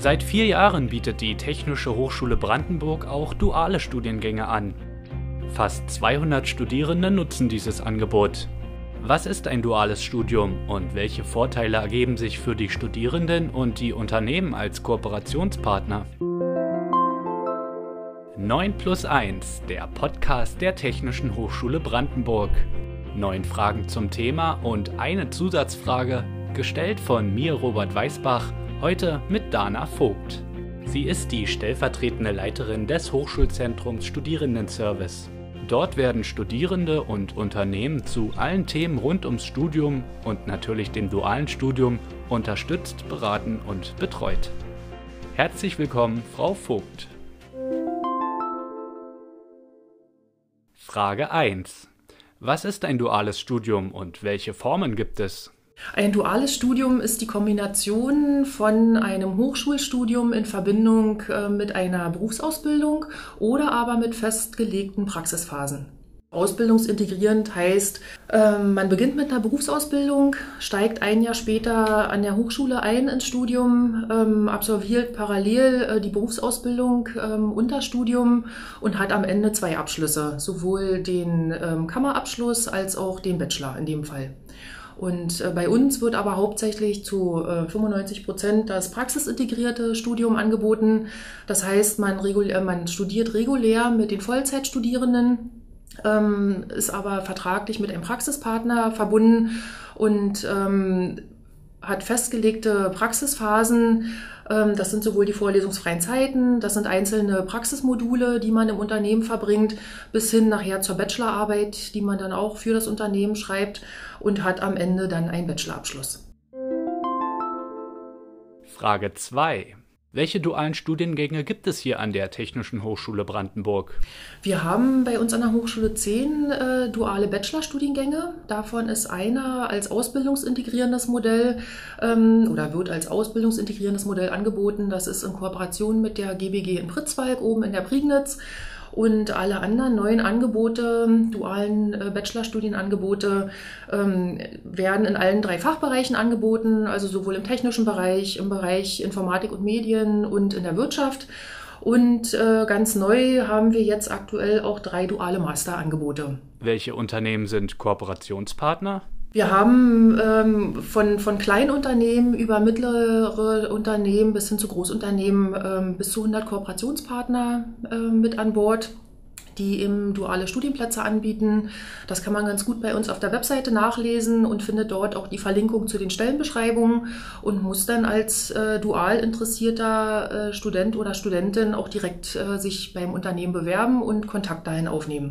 Seit 4 Jahren bietet die Technische Hochschule Brandenburg auch duale Studiengänge an. Fast 200 Studierende nutzen dieses Angebot. Was ist ein duales Studium und welche Vorteile ergeben sich für die Studierenden und die Unternehmen als Kooperationspartner? 9+1, der Podcast der Technischen Hochschule Brandenburg. 9 Fragen zum Thema und eine Zusatzfrage, gestellt von mir, Robert Weißbach, heute mit Dana Vogt. Sie ist die stellvertretende Leiterin des Hochschulzentrums Studierendenservice. Dort werden Studierende und Unternehmen zu allen Themen rund ums Studium und natürlich dem dualen Studium unterstützt, beraten und betreut. Herzlich willkommen, Frau Vogt. Frage 1. Was ist ein duales Studium und welche Formen gibt es? Ein duales Studium ist die Kombination von einem Hochschulstudium in Verbindung mit einer Berufsausbildung oder aber mit festgelegten Praxisphasen. Ausbildungsintegrierend heißt, man beginnt mit einer Berufsausbildung, steigt ein Jahr später an der Hochschule ein ins Studium, absolviert parallel die Berufsausbildung und das Studium und hat am Ende 2 Abschlüsse, sowohl den Kammerabschluss als auch den Bachelor in dem Fall. Und bei uns wird aber hauptsächlich zu 95% das praxisintegrierte Studium angeboten. Das heißt, man studiert regulär mit den Vollzeitstudierenden, ist aber vertraglich mit einem Praxispartner verbunden und hat festgelegte Praxisphasen. Das sind sowohl die vorlesungsfreien Zeiten, das sind einzelne Praxismodule, die man im Unternehmen verbringt, bis hin nachher zur Bachelorarbeit, die man dann auch für das Unternehmen schreibt und hat am Ende dann einen Bachelorabschluss. Frage 2. Welche dualen Studiengänge gibt es hier an der Technischen Hochschule Brandenburg? Wir haben bei uns an der Hochschule 10 duale Bachelorstudiengänge. Davon ist einer als ausbildungsintegrierendes Modell oder wird als ausbildungsintegrierendes Modell angeboten. Das ist in Kooperation mit der GBG in Pritzwalk oben in der Prignitz. Und alle anderen neuen Angebote, dualen Bachelorstudienangebote, werden in allen 3 Fachbereichen angeboten, also sowohl im technischen Bereich, im Bereich Informatik und Medien und in der Wirtschaft. Und ganz neu haben wir jetzt aktuell auch 3 duale Masterangebote. Welche Unternehmen sind Kooperationspartner? Wir haben von Kleinunternehmen über mittlere Unternehmen bis hin zu Großunternehmen bis zu 100 Kooperationspartner mit an Bord, die eben duale Studienplätze anbieten. Das kann man ganz gut bei uns auf der Webseite nachlesen und findet dort auch die Verlinkung zu den Stellenbeschreibungen und muss dann als dual interessierter Student oder Studentin auch direkt sich beim Unternehmen bewerben und Kontakt dahin aufnehmen.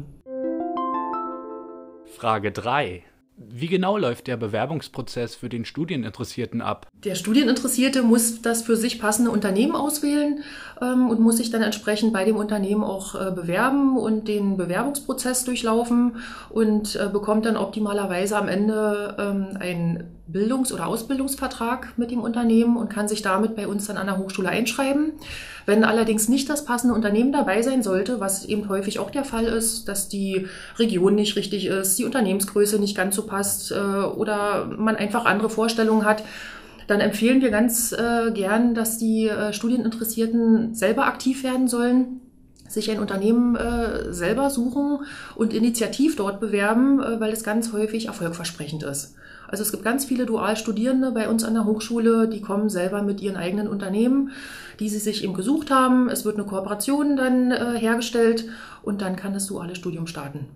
Frage 3. Wie genau läuft der Bewerbungsprozess für den Studieninteressierten ab? Der Studieninteressierte muss das für sich passende Unternehmen auswählen und muss sich dann entsprechend bei dem Unternehmen auch bewerben und den Bewerbungsprozess durchlaufen und bekommt dann optimalerweise am Ende einen Bildungs- oder Ausbildungsvertrag mit dem Unternehmen und kann sich damit bei uns dann an der Hochschule einschreiben. Wenn allerdings nicht das passende Unternehmen dabei sein sollte, was eben häufig auch der Fall ist, dass die Region nicht richtig ist, die Unternehmensgröße nicht ganz so passt oder man einfach andere Vorstellungen hat, dann empfehlen wir ganz gern, dass die Studieninteressierten selber aktiv werden sollen, sich ein Unternehmen selber suchen und initiativ dort bewerben, weil es ganz häufig erfolgversprechend ist. Also es gibt ganz viele Dualstudierende bei uns an der Hochschule, die kommen selber mit ihren eigenen Unternehmen, die sie sich eben gesucht haben. Es wird eine Kooperation dann hergestellt und dann kann das duale Studium starten.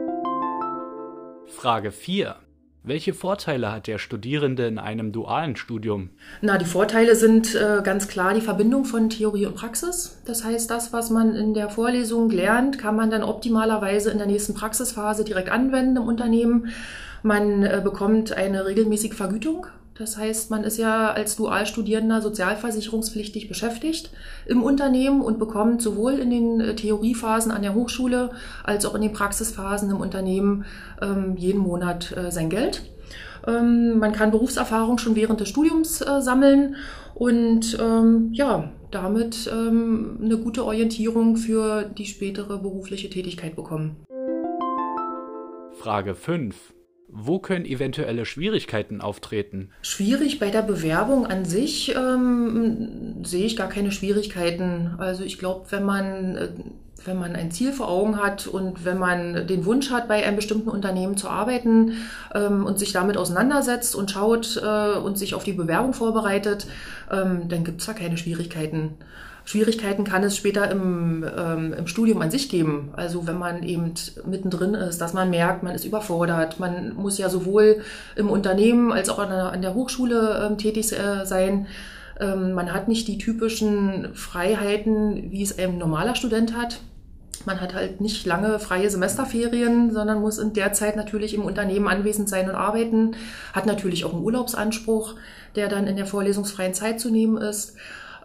Frage 4. Welche Vorteile hat der Studierende in einem dualen Studium? Die Vorteile sind ganz klar die Verbindung von Theorie und Praxis. Das heißt, das, was man in der Vorlesung lernt, kann man dann optimalerweise in der nächsten Praxisphase direkt anwenden im Unternehmen. Man bekommt eine regelmäßige Vergütung. Das heißt, man ist ja als Dualstudierender sozialversicherungspflichtig beschäftigt im Unternehmen und bekommt sowohl in den Theoriephasen an der Hochschule als auch in den Praxisphasen im Unternehmen jeden Monat sein Geld. Man kann Berufserfahrung schon während des Studiums sammeln und damit eine gute Orientierung für die spätere berufliche Tätigkeit bekommen. Frage 5. Wo können eventuelle Schwierigkeiten auftreten? Schwierig bei der Bewerbung an sich sehe ich gar keine Schwierigkeiten. Also ich glaube, wenn man ein Ziel vor Augen hat und wenn man den Wunsch hat, bei einem bestimmten Unternehmen zu arbeiten und sich damit auseinandersetzt und schaut und sich auf die Bewerbung vorbereitet, dann gibt es da keine Schwierigkeiten. Schwierigkeiten kann es später im Studium an sich geben. Also wenn man eben mittendrin ist, dass man merkt, man ist überfordert. Man muss ja sowohl im Unternehmen als auch an der Hochschule tätig sein. Man hat nicht die typischen Freiheiten, wie es ein normaler Student hat. Man hat halt nicht lange freie Semesterferien, sondern muss in der Zeit natürlich im Unternehmen anwesend sein und arbeiten. Hat natürlich auch einen Urlaubsanspruch, der dann in der vorlesungsfreien Zeit zu nehmen ist.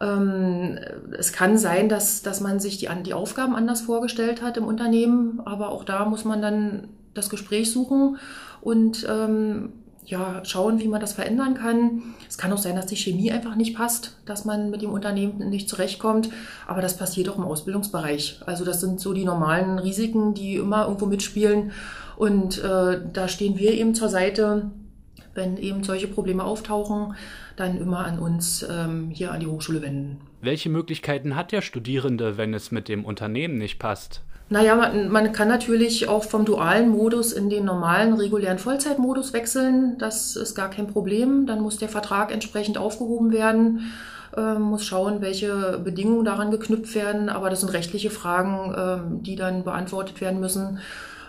Es kann sein, dass man sich die Aufgaben anders vorgestellt hat im Unternehmen, aber auch da muss man dann das Gespräch suchen und schauen, wie man das verändern kann. Es kann auch sein, dass die Chemie einfach nicht passt, dass man mit dem Unternehmen nicht zurechtkommt, aber das passiert auch im Ausbildungsbereich. Also das sind so die normalen Risiken, die immer irgendwo mitspielen und da stehen wir eben zur Seite, wenn eben solche Probleme auftauchen, dann immer an uns hier an die Hochschule wenden. Welche Möglichkeiten hat der Studierende, wenn es mit dem Unternehmen nicht passt? Naja, man kann natürlich auch vom dualen Modus in den normalen, regulären Vollzeitmodus wechseln. Das ist gar kein Problem. Dann muss der Vertrag entsprechend aufgehoben werden, muss schauen, welche Bedingungen daran geknüpft werden. Aber das sind rechtliche Fragen, die dann beantwortet werden müssen.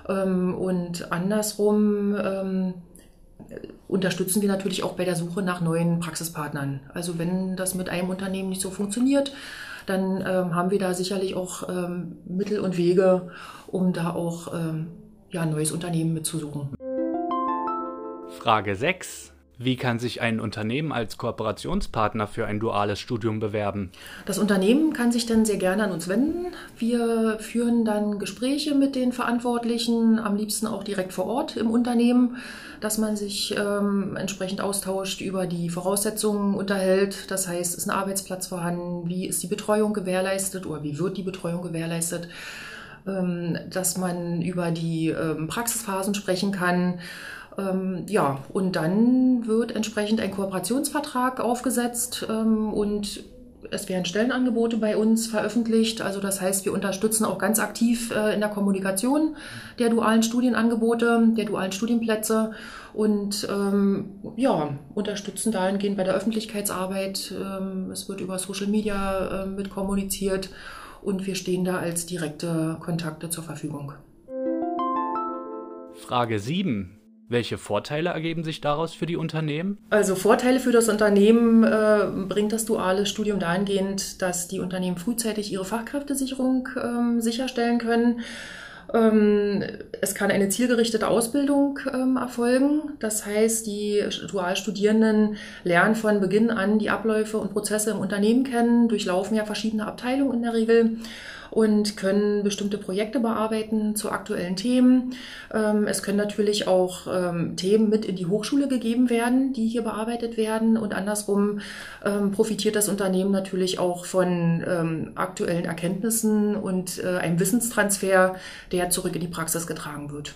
Und andersrum unterstützen wir natürlich auch bei der Suche nach neuen Praxispartnern. Also wenn das mit einem Unternehmen nicht so funktioniert, dann haben wir da sicherlich auch Mittel und Wege, um da auch ein neues Unternehmen mitzusuchen. Frage 6. Wie kann sich ein Unternehmen als Kooperationspartner für ein duales Studium bewerben? Das Unternehmen kann sich dann sehr gerne an uns wenden. Wir führen dann Gespräche mit den Verantwortlichen, am liebsten auch direkt vor Ort im Unternehmen, dass man sich entsprechend austauscht, über die Voraussetzungen unterhält. Das heißt, ist ein Arbeitsplatz vorhanden, wie ist die Betreuung gewährleistet oder wie wird die Betreuung gewährleistet, dass man über die Praxisphasen sprechen kann. Und dann wird entsprechend ein Kooperationsvertrag aufgesetzt und es werden Stellenangebote bei uns veröffentlicht. Also das heißt, wir unterstützen auch ganz aktiv in der Kommunikation der dualen Studienangebote, der dualen Studienplätze und unterstützen dahingehend bei der Öffentlichkeitsarbeit. Es wird über Social Media mit kommuniziert und wir stehen da als direkte Kontakte zur Verfügung. Frage 7. Welche Vorteile ergeben sich daraus für die Unternehmen? Also Vorteile für das Unternehmen bringt das duale Studium dahingehend, dass die Unternehmen frühzeitig ihre Fachkräftesicherung sicherstellen können. Es kann eine zielgerichtete Ausbildung erfolgen. Das heißt, die Dualstudierenden lernen von Beginn an die Abläufe und Prozesse im Unternehmen kennen, durchlaufen ja verschiedene Abteilungen in der Regel und können bestimmte Projekte bearbeiten zu aktuellen Themen. Es können natürlich auch Themen mit in die Hochschule gegeben werden, die hier bearbeitet werden. Und andersrum profitiert das Unternehmen natürlich auch von aktuellen Erkenntnissen und einem Wissenstransfer, der zurück in die Praxis getragen wird.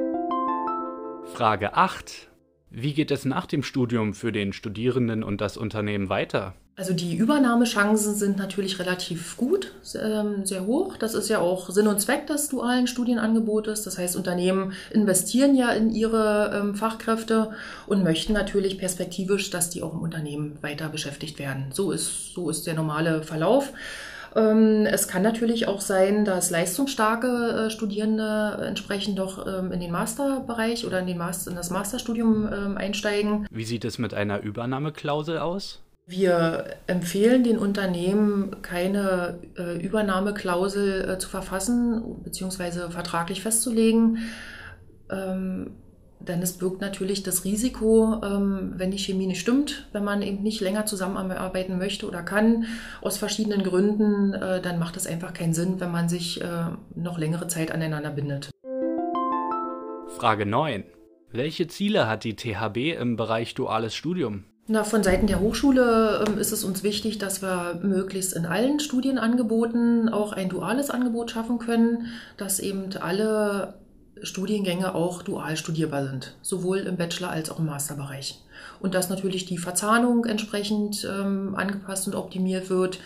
Frage 8. Wie geht es nach dem Studium für den Studierenden und das Unternehmen weiter? Also die Übernahmechancen sind natürlich relativ gut, sehr hoch. Das ist ja auch Sinn und Zweck des dualen Studienangebotes. Das heißt, Unternehmen investieren ja in ihre Fachkräfte und möchten natürlich perspektivisch, dass die auch im Unternehmen weiter beschäftigt werden. So ist der normale Verlauf. Es kann natürlich auch sein, dass leistungsstarke Studierende entsprechend doch in den Masterbereich oder in das Masterstudium einsteigen. Wie sieht es mit einer Übernahmeklausel aus? Wir empfehlen den Unternehmen, keine Übernahmeklausel zu verfassen bzw. vertraglich festzulegen, denn es birgt natürlich das Risiko, wenn die Chemie nicht stimmt, wenn man eben nicht länger zusammenarbeiten möchte oder kann, aus verschiedenen Gründen, dann macht es einfach keinen Sinn, wenn man sich noch längere Zeit aneinander bindet. Frage 9. Welche Ziele hat die THB im Bereich duales Studium? Von Seiten der Hochschule ist es uns wichtig, dass wir möglichst in allen Studienangeboten auch ein duales Angebot schaffen können, dass eben alle Studiengänge auch dual studierbar sind, sowohl im Bachelor- als auch im Masterbereich. Und dass natürlich die Verzahnung entsprechend angepasst und optimiert wird.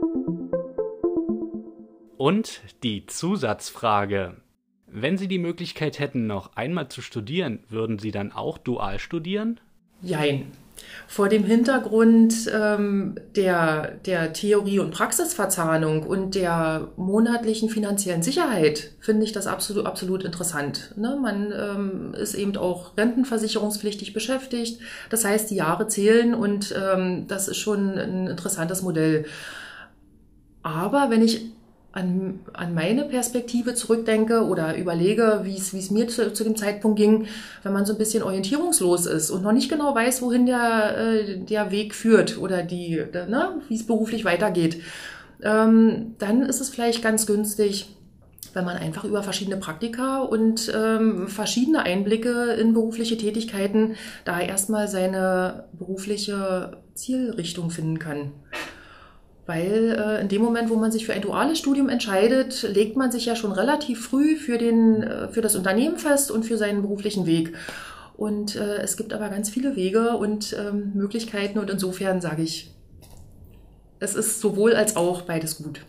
Und die Zusatzfrage. Wenn Sie die Möglichkeit hätten, noch einmal zu studieren, würden Sie dann auch dual studieren? Jein. Vor dem Hintergrund der Theorie- und Praxisverzahnung und der monatlichen finanziellen Sicherheit finde ich das absolut interessant. Ne? Man ist eben auch rentenversicherungspflichtig beschäftigt. Das heißt, die Jahre zählen und das ist schon ein interessantes Modell. Aber wenn ich an meine Perspektive zurückdenke oder überlege, wie es mir zu dem Zeitpunkt ging, wenn man so ein bisschen orientierungslos ist und noch nicht genau weiß, wohin der Weg führt oder wie es beruflich weitergeht, dann ist es vielleicht ganz günstig, wenn man einfach über verschiedene Praktika und verschiedene Einblicke in berufliche Tätigkeiten da erstmal seine berufliche Zielrichtung finden kann. Weil in dem Moment, wo man sich für ein duales Studium entscheidet, legt man sich ja schon relativ früh für das Unternehmen fest und für seinen beruflichen Weg. Und es gibt aber ganz viele Wege und Möglichkeiten und insofern sage ich, es ist sowohl als auch beides gut.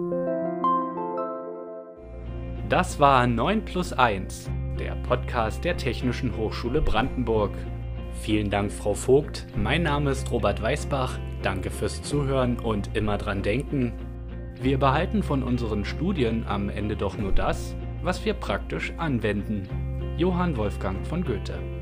Das war 9+1, der Podcast der Technischen Hochschule Brandenburg. Vielen Dank, Frau Vogt. Mein Name ist Robert Weisbach. Danke fürs Zuhören und immer dran denken. Wir behalten von unseren Studien am Ende doch nur das, was wir praktisch anwenden. Johann Wolfgang von Goethe.